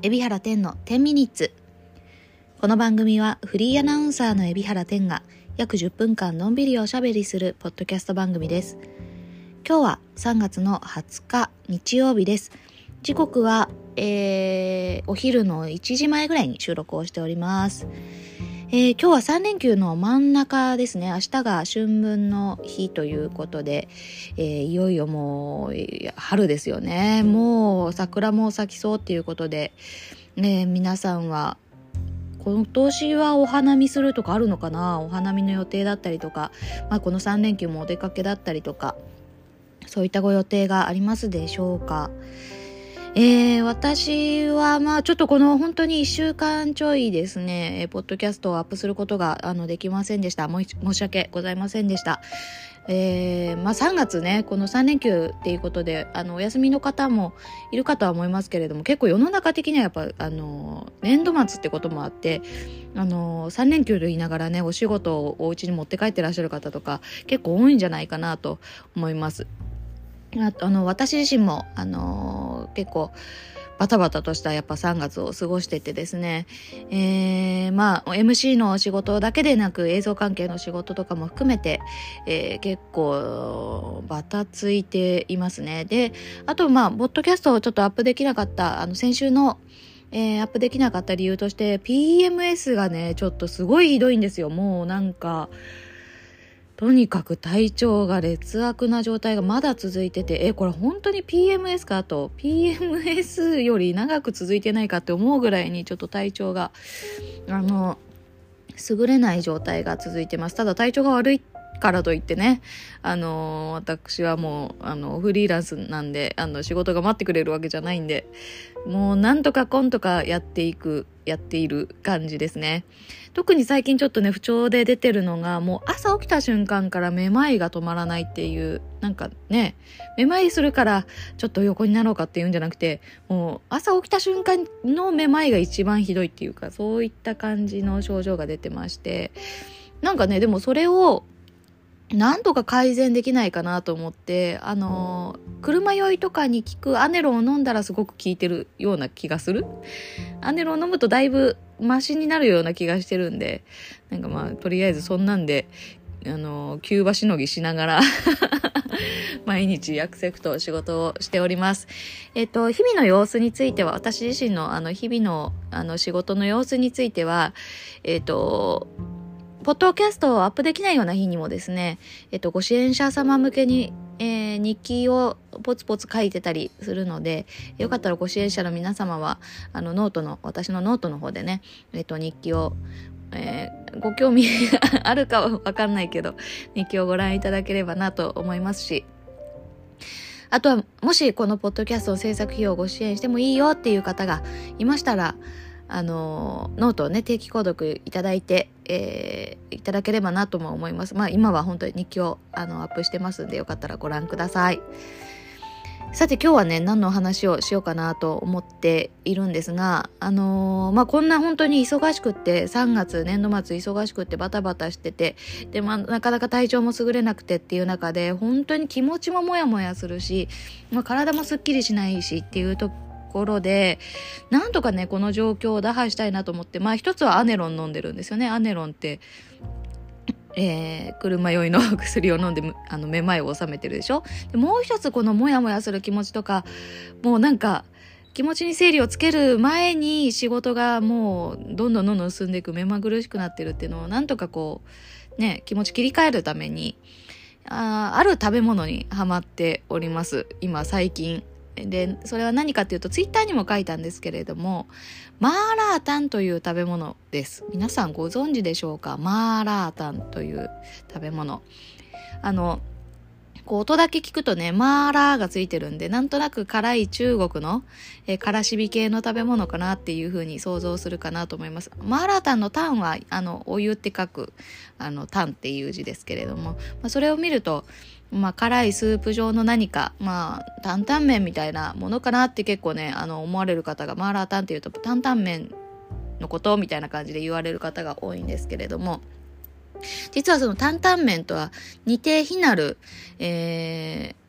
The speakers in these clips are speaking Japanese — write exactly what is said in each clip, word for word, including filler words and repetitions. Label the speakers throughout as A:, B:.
A: 海老原天のじゅうミニッツ。この番組はフリーアナウンサーの海老原天が約じゅっぷんかんのんびりおしゃべりするポッドキャスト番組です。今日はさんがつのはつか日曜日です。時刻は、えー、お昼のいちじまえぐらいに収録をしております。えー、今日はさんれんきゅうの真ん中ですね。明日が春分の日ということで、えー、いよいよもう春ですよね。もう桜も咲きそうっていうことで、ね、皆さんは今年はお花見するとかあるのかな。お花見の予定だったりとか、まあ、このさんれんきゅうもお出かけだったりとか、そういったご予定がありますでしょうか。えー、私はまあちょっとこの本当にいっしゅうかんちょいですね、えー、ポッドキャストをアップすることがあのできませんでした。も申し訳ございませんでした。えー、まあさんがつね、このさんれんきゅうっていうことであのお休みの方もいるかとは思いますけれども、結構世の中的にはやっぱあの年度末ってこともあって、あのさんれんきゅうと言いながらね、お仕事をお家に持って帰ってらっしゃる方とか結構多いんじゃないかなと思います。ああの私自身も、あのー、結構バタバタとしたやっぱさんがつを過ごしててですね、えー、まあ エムシー の仕事だけでなく映像関係の仕事とかも含めて、えー、結構バタついていますね。で、あとまあポッドキャストをちょっとアップできなかったあの先週のえー、アップできなかった理由として ピーエムエス がねちょっとすごいひどいんですよ。もうなんかとにかく体調が劣悪な状態がまだ続いてて、えこれ本当に ピーエムエス かと ピーエムエス より長く続いてないかって思うぐらいにちょっと体調があの優れない状態が続いてます。ただ体調が悪いからといってね、あの私はもうあのフリーランスなんで、あの仕事が待ってくれるわけじゃないんで、もうなんとかこんとかやっていくやっている感じですね。特に最近ちょっとね不調で出てるのが、もう朝起きた瞬間からめまいが止まらないっていう、なんかねめまいするからちょっと横になろうかっていうんじゃなくて、もう朝起きた瞬間のめまいが一番ひどいっていうか、そういった感じの症状が出てまして、なんかねでもそれをなんとか改善できないかなと思って、あのー、車酔いとかに効くアネロンを飲んだらすごく効いてるような気がする。アネロンを飲むとだいぶマシになるような気がしてるんで、なんかまあとりあえずそんなんで、あのー、急場しのぎしながら毎日アクセクト仕事をしております。えっと日々の様子については、私自身のあの日々のあの仕事の様子については、えっとポッドキャストをアップできないような日にもですね、えっと、ご支援者様向けに、えー、日記をポツポツ書いてたりするので、よかったらご支援者の皆様は、あの、ノートの、私のノートの方でね、えっと、日記を、えー、ご興味あるかはわかんないけど、日記をご覧いただければなと思いますし、あとは、もしこのポッドキャストの制作費用をご支援してもいいよっていう方がいましたら、あのノートをね定期購読いただいて、えー、いただければなとも思います。まあ今は本当に日記をあのアップしてますんで、よかったらご覧ください。さて今日はね何のお話をしようかなと思っているんですが、あのー、まあこんな本当に忙しくってさんがつ年度末忙しくってバタバタしてて、でまあなかなか体調も優れなくてっていう中で、本当に気持ちもモヤモヤするし、まあ、体もすっきりしないしっていうとところで、なんとかねこの状況を打破したいなと思って、まあ一つはアネロン飲んでるんですよね。アネロンって、えー、車酔いの薬を飲んであのめまいを治めてるでしょ。でもう一つこのモヤモヤする気持ちとか、もうなんか気持ちに整理をつける前に仕事がもうどんどんどんどん進んでいく、目まぐるしくなってるっていうのをなんとかこうね気持ち切り替えるために、あ, ある食べ物にハマっております今最近で。それは何かというと、ツイッターにも書いたんですけれども、マーラータンという食べ物です。皆さんご存知でしょうか。マーラータンという食べ物、あのこう音だけ聞くとねマーラーがついてるんで、なんとなく辛い中国のえ辛しび系の食べ物かなっていう風に想像するかなと思います。マーラータンのタンはあのお湯って書くあのタンっていう字ですけれども、まあ、それを見るとまあ、辛いスープ状の何か、まあ、担々麺みたいなものかなって結構ね、あの、思われる方が、マーラータンっていうと、担々麺のことみたいな感じで言われる方が多いんですけれども、実はその担々麺とは似て非なる、えー、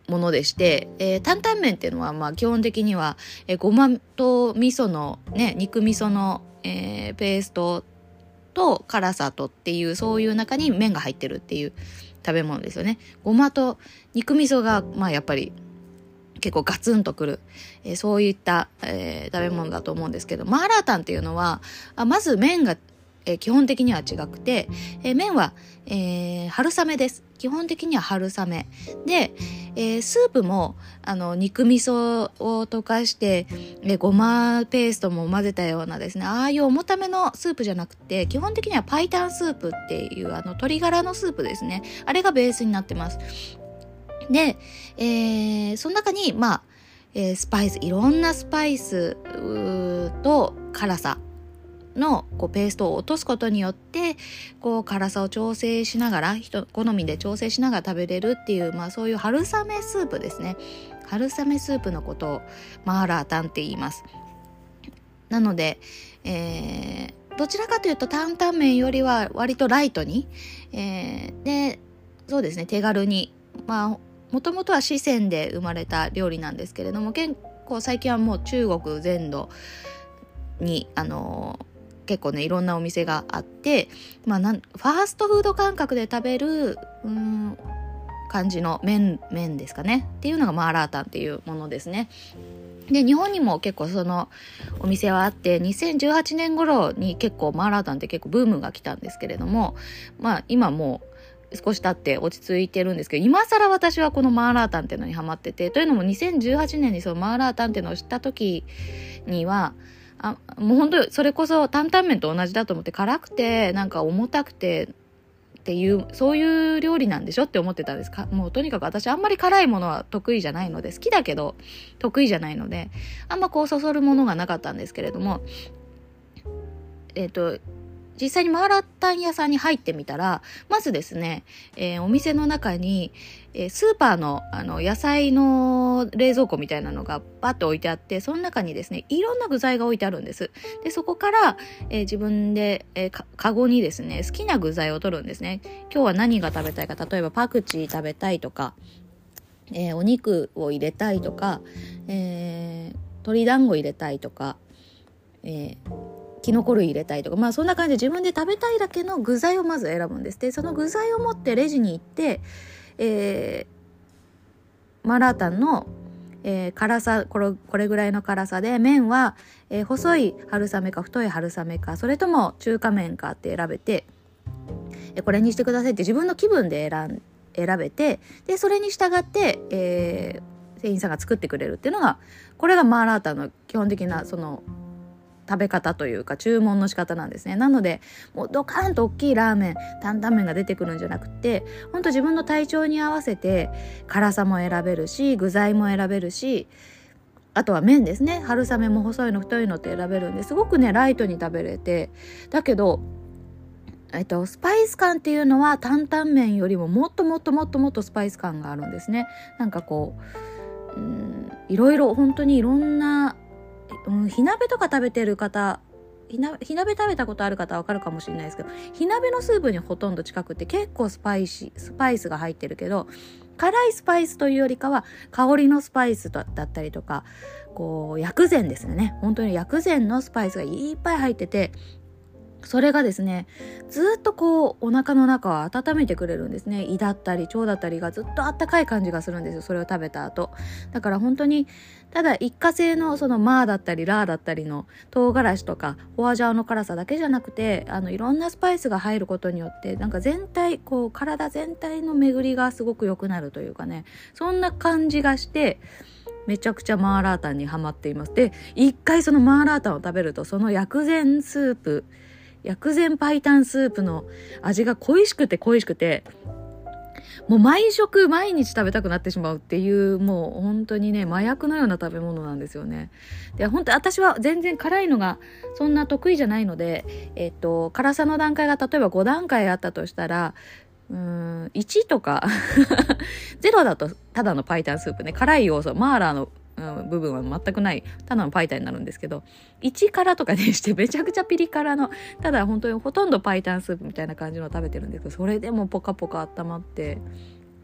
A: ものでして、えー、担々麺っていうのはまあ基本的には、えー、ごまと味噌のね肉味噌の、えー、ペーストと辛さとっていうそういう中に麺が入ってるっていう食べ物ですよね。ごまと肉味噌がまあやっぱり結構ガツンとくる、えー、そういった、えー、食べ物だと思うんですけど、マーラータンっていうのはあまず麺が、えー、基本的には違くて、えー、麺は、えー、春雨です。基本的には春雨で、えー、スープもあの肉味噌を溶かして、えー、ごまペーストも混ぜたようなですね、ああいう重ためのスープじゃなくて、基本的にはパイタンスープっていうあの鶏ガラのスープですね、あれがベースになってます。で、えー、その中にまあ、えー、スパイス、いろんなスパイスと辛さのこうペーストを落とすことによってこう辛さを調整しながら人好みで調整しながら食べれるっていう、まあ、そういう春雨スープですね。春雨スープのことをマーラータンって言います。なので、えー、どちらかというと担々麺よりは割とライトに、えー、でそうですね手軽に、まあもともとは四川で生まれた料理なんですけれども、結構最近はもう中国全土にあのー結構ねいろんなお店があって、まあ、なんファーストフード感覚で食べるうーん感じの麺麺ですかねっていうのがマーラータンっていうものですね。で日本にも結構そのお店はあって、にせんじゅうはちねん頃に結構マーラータンって結構ブームが来たんですけれども、まあ今もう少し経って落ち着いてるんですけど、今更私はこのマーラータンっていうのにハマってて、というのもにせんじゅうはちねんにそのマーラータンっていうのを知った時にはあもう本当にそれこそ担々麺と同じだと思って、辛くてなんか重たくてっていうそういう料理なんでしょって思ってたんですか。もうとにかく私あんまり辛いものは得意じゃないので、好きだけど得意じゃないのであんまこうそそるものがなかったんですけれども、えっと実際にマーラータン屋さんに入ってみたら、まずですね、えー、お店の中に、えー、スーパーの、あの野菜の冷蔵庫みたいなのがバッと置いてあって、その中にですねいろんな具材が置いてあるんです。でそこから、えー、自分で、えー、かカゴにですね好きな具材を取るんですね。今日は何が食べたいか、例えばパクチー食べたいとか、えー、お肉を入れたいとか、えー、鶏団子入れたいとか、えーキノコ類入れたいとか、まあそんな感じで自分で食べたいだけの具材をまず選ぶんです。でその具材を持ってレジに行って、えー、マーラータンの、えー、辛さこれ、これぐらいの辛さで、麺は、えー、細い春雨か太い春雨か、それとも中華麺かって選べて、えー、これにしてくださいって自分の気分で選ん選べて、でそれに従って、えー、店員さんが作ってくれるっていうのが、これがマーラータンの基本的なその食べ方というか注文の仕方なんですね。なのでもうドカーンと大きいラーメン担々麺が出てくるんじゃなくて、本当自分の体調に合わせて辛さも選べるし、具材も選べるし、あとは麺ですね、春雨も細いの太いのって選べるんで、すごくねライトに食べれて、だけどえっと、スパイス感っていうのは担々麺よりももっともっともっともっとスパイス感があるんですね。なんかこう、うーんいろいろ本当にいろんなうん、火鍋とか食べてる方、火鍋、火鍋食べたことある方はわかるかもしれないですけど、火鍋のスープにほとんど近くて結構スパイシー、スパイスが入ってるけど、辛いスパイスというよりかは香りのスパイスだったりとか、こう薬膳ですね。本当に薬膳のスパイスがいっぱい入ってて、それがですねずっとこうお腹の中を温めてくれるんですね。胃だったり腸だったりがずっとあったかい感じがするんですよ、それを食べた後。だから本当にただ一過性のそのマーだったりラーだったりの唐辛子とかホアジャオの辛さだけじゃなくて、あのいろんなスパイスが入ることによってなんか全体こう体全体の巡りがすごく良くなるというかね、そんな感じがしてめちゃくちゃマーラータンにハマっています。で一回そのマーラータンを食べると、その薬膳スープ薬膳パイタンスープの味が恋しくて恋しくて、もう毎食毎日食べたくなってしまうっていう、もう本当にね麻薬のような食べ物なんですよね。で本当私は全然辛いのがそんな得意じゃないので、えっと辛さの段階が例えばご段階あったとしたら、うーんいちとかゼロだとただのパイタンスープね、辛い要素マーラーの部分は全くないただのパイタンになるんですけど、いち辛とかにしてめちゃくちゃピリ辛の、ただ本当にほとんどパイタンスープみたいな感じのを食べてるんですけど、それでもポカポカ温まって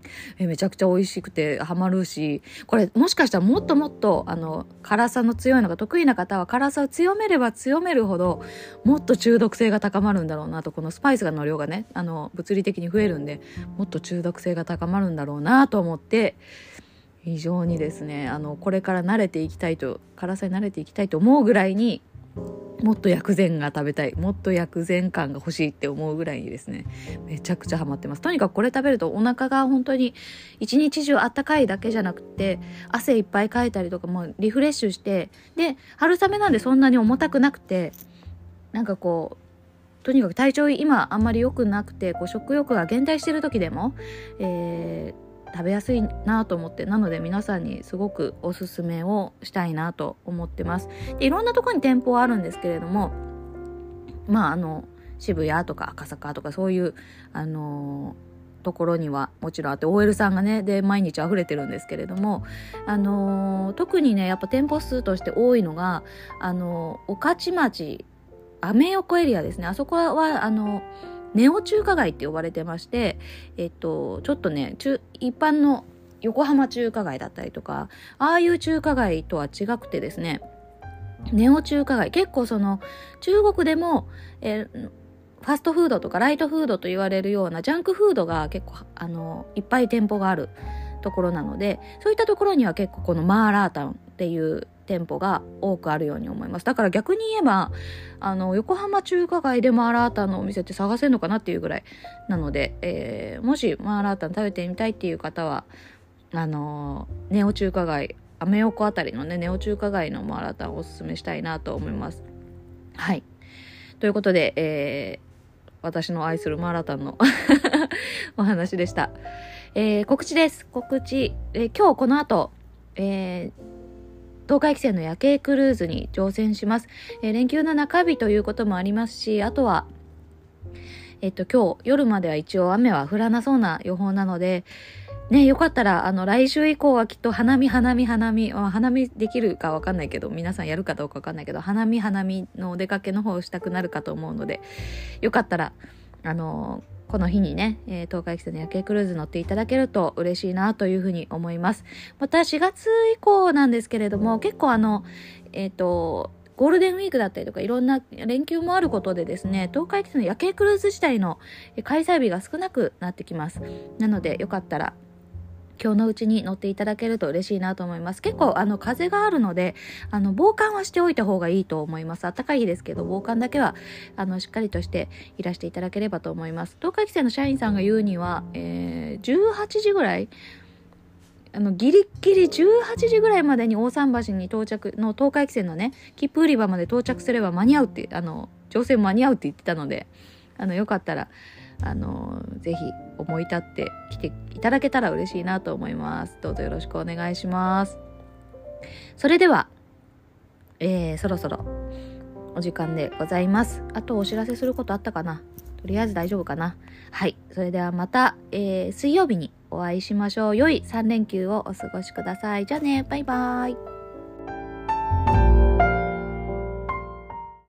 A: えめちゃくちゃ美味しくてハマるし、これもしかしたらもっともっとあの辛さの強いのが得意な方は辛さを強めれば強めるほどもっと中毒性が高まるんだろうなと、このスパイスの量がねあの物理的に増えるんでもっと中毒性が高まるんだろうなと思って、非常にですねあのこれから慣れていきたいと辛さに慣れていきたいと思うぐらいに、もっと薬膳が食べたい、もっと薬膳感が欲しいって思うぐらいにですねめちゃくちゃハマってます。とにかくこれ食べるとお腹が本当に一日中あったかいだけじゃなくて汗いっぱいかいたりとかもリフレッシュして、で春雨なんでそんなに重たくなくて、なんかこうとにかく体調今あんまり良くなくてこう食欲が減退してる時でも、えー食べやすいなと思って、なので皆さんにすごくおすすめをしたいなと思ってます。でいろんなところに店舗はあるんですけれども、まああの渋谷とか赤坂とかそういうあのー、ところにはもちろんあって、 オーエル さんがねで毎日溢れてるんですけれども、あのー、特にねやっぱ店舗数として多いのがあのー、御徒町アメ横エリアですね。あそこはあのネオ中華街って呼ばれてまして、えっと、ちょっとね、中、一般の横浜中華街だったりとか、ああいう中華街とは違くてですね、ネオ中華街、結構その、中国でも、えー、ファストフードとかライトフードと言われるようなジャンクフードが結構、あの、いっぱい店舗があるところなので、そういったところには結構このマーラータンっていう店舗が多くあるように思います。だから逆に言えばあの横浜中華街でマーラータンのお店って探せるのかなっていうぐらいなので、えー、もしマーラータン食べてみたいっていう方はあのネオ中華街アメ横あたりのねネオ中華街のマーラータンをおすすめしたいなと思います。はい、ということで、えー、私の愛するマーラータンのお話でした。えー、告知です。告知、えー、今日この後、えー東海汽船の夜景クルーズに乗船します。えー、連休の中日ということもありますし、あとは、えっと、今日夜までは一応雨は降らなそうな予報なので、ね、よかったら、あの、来週以降はきっと花見、花見、花見、あ花見できるかわかんないけど、皆さんやるかどうかわかんないけど、花見、花見のお出かけの方をしたくなるかと思うので、よかったら、あのー、この日にね、えー、東海汽船の夜景クルーズ乗っていただけると嬉しいなというふうに思います。またしがつ以降なんですけれども、結構あの、えっと、ゴールデンウィークだったりとかいろんな連休もあることでですね、東海汽船の夜景クルーズ自体の開催日が少なくなってきます。なのでよかったら今日のうちに乗っていただけると嬉しいなと思います。結構あの風があるので、あの防寒はしておいた方がいいと思います。暖かい日ですけど防寒だけはあのしっかりとしていらしていただければと思います。東海汽船の社員さんが言うには、えー、じゅうはちじぐらいあのギリギリじゅうはちじぐらいまでに大桟橋に到着の東海汽船のね切符売り場まで到着すれば間に合うってあの乗船間に合うって言ってたので、あのよかったらあのぜひ思い立って来ていただけたら嬉しいなと思います。どうぞよろしくお願いします。それでは、えー、そろそろお時間でございます。あとお知らせすることあったかな？とりあえず大丈夫かな？はい、それではまた、えー、水曜日にお会いしましょう。良いさん連休をお過ごしください。じゃあね、バイバイ。